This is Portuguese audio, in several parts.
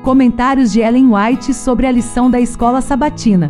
Comentários de Ellen White sobre a lição da Escola Sabatina.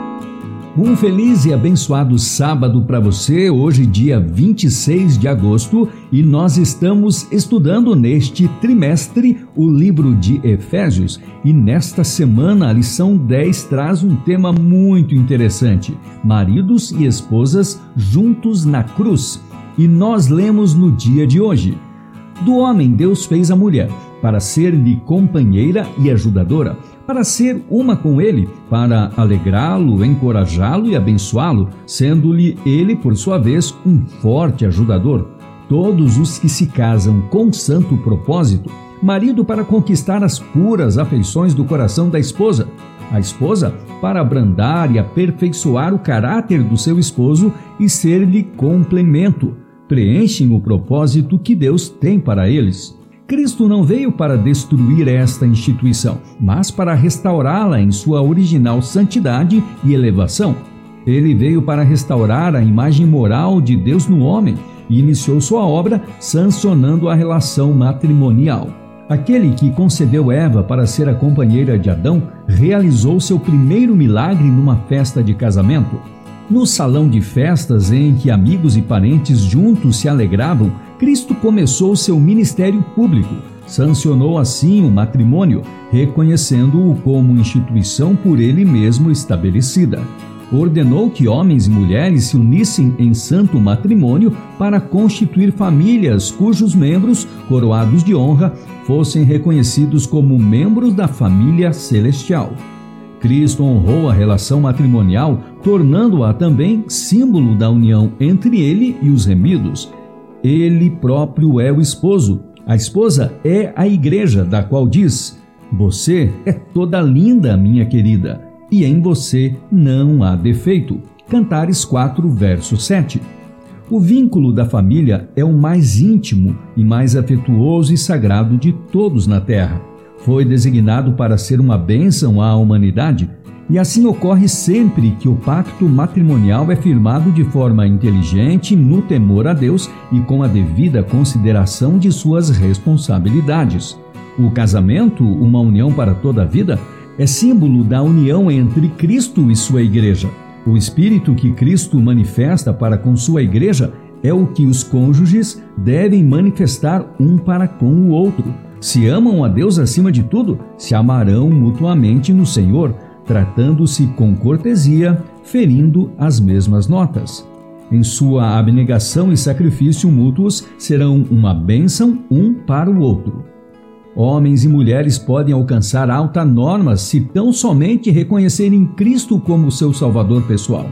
Um feliz e abençoado sábado para você, hoje dia 26 de agosto, e nós estamos estudando neste trimestre o livro de Efésios, e nesta semana a lição 10 traz um tema muito interessante: maridos e esposas juntos na cruz. E nós lemos no dia de hoje: do homem Deus fez a mulher, para ser-lhe companheira e ajudadora, para ser uma com ele, para alegrá-lo, encorajá-lo e abençoá-lo, sendo-lhe ele, por sua vez, um forte ajudador. Todos os que se casam com santo propósito, marido para conquistar as puras afeições do coração da esposa, a esposa para abrandar e aperfeiçoar o caráter do seu esposo e ser-lhe complemento, preenchem o propósito que Deus tem para eles. Cristo não veio para destruir esta instituição, mas para restaurá-la em sua original santidade e elevação. Ele veio para restaurar a imagem moral de Deus no homem e iniciou sua obra sancionando a relação matrimonial. Aquele que concedeu Eva para ser a companheira de Adão realizou seu primeiro milagre numa festa de casamento. No salão de festas em que amigos e parentes juntos se alegravam, Cristo começou seu ministério público. Sancionou assim o matrimônio, reconhecendo-o como instituição por ele mesmo estabelecida. Ordenou que homens e mulheres se unissem em santo matrimônio para constituir famílias cujos membros, coroados de honra, fossem reconhecidos como membros da família celestial. Cristo honrou a relação matrimonial, tornando-a também símbolo da união entre ele e os remidos. Ele próprio é o esposo. A esposa é a igreja, da qual diz: você é toda linda, minha querida, e em você não há defeito. Cantares 4, verso 7. O vínculo da família é o mais íntimo e mais afetuoso e sagrado de todos na terra. Foi designado para ser uma bênção à humanidade, e assim ocorre sempre que o pacto matrimonial é firmado de forma inteligente, no temor a Deus e com a devida consideração de suas responsabilidades. O casamento, uma união para toda a vida, é símbolo da união entre Cristo e sua igreja. O espírito que Cristo manifesta para com sua igreja é o que os cônjuges devem manifestar um para com o outro. Se amam a Deus acima de tudo, se amarão mutuamente no Senhor, tratando-se com cortesia, ferindo as mesmas notas. Em sua abnegação e sacrifício mútuos, serão uma bênção um para o outro. Homens e mulheres podem alcançar alta norma se tão somente reconhecerem Cristo como seu Salvador pessoal.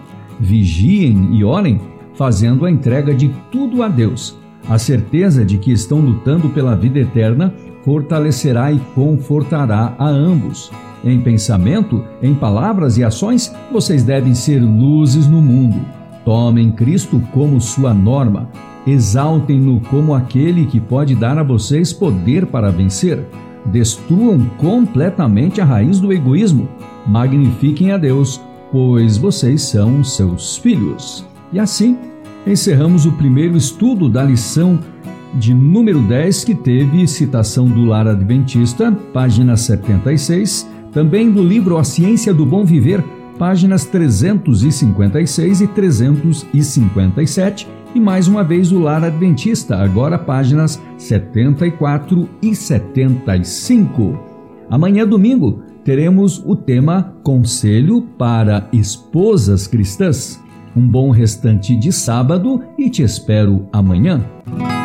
Vigiem e orem, fazendo a entrega de tudo a Deus. A certeza de que estão lutando pela vida eterna fortalecerá e confortará a ambos. Em pensamento, em palavras e ações, vocês devem ser luzes no mundo. Tomem Cristo como sua norma. Exaltem-no como aquele que pode dar a vocês poder para vencer. Destruam completamente a raiz do egoísmo. Magnifiquem a Deus, pois vocês são seus filhos. E assim, encerramos o primeiro estudo da lição de número 10, que teve citação do Lar Adventista, página 76, também do livro A Ciência do Bom Viver, páginas 356 e 357, e mais uma vez o Lar Adventista, agora páginas 74 e 75. Amanhã, domingo, teremos o tema Conselho para Esposas Cristãs. Um bom restante de sábado e te espero amanhã.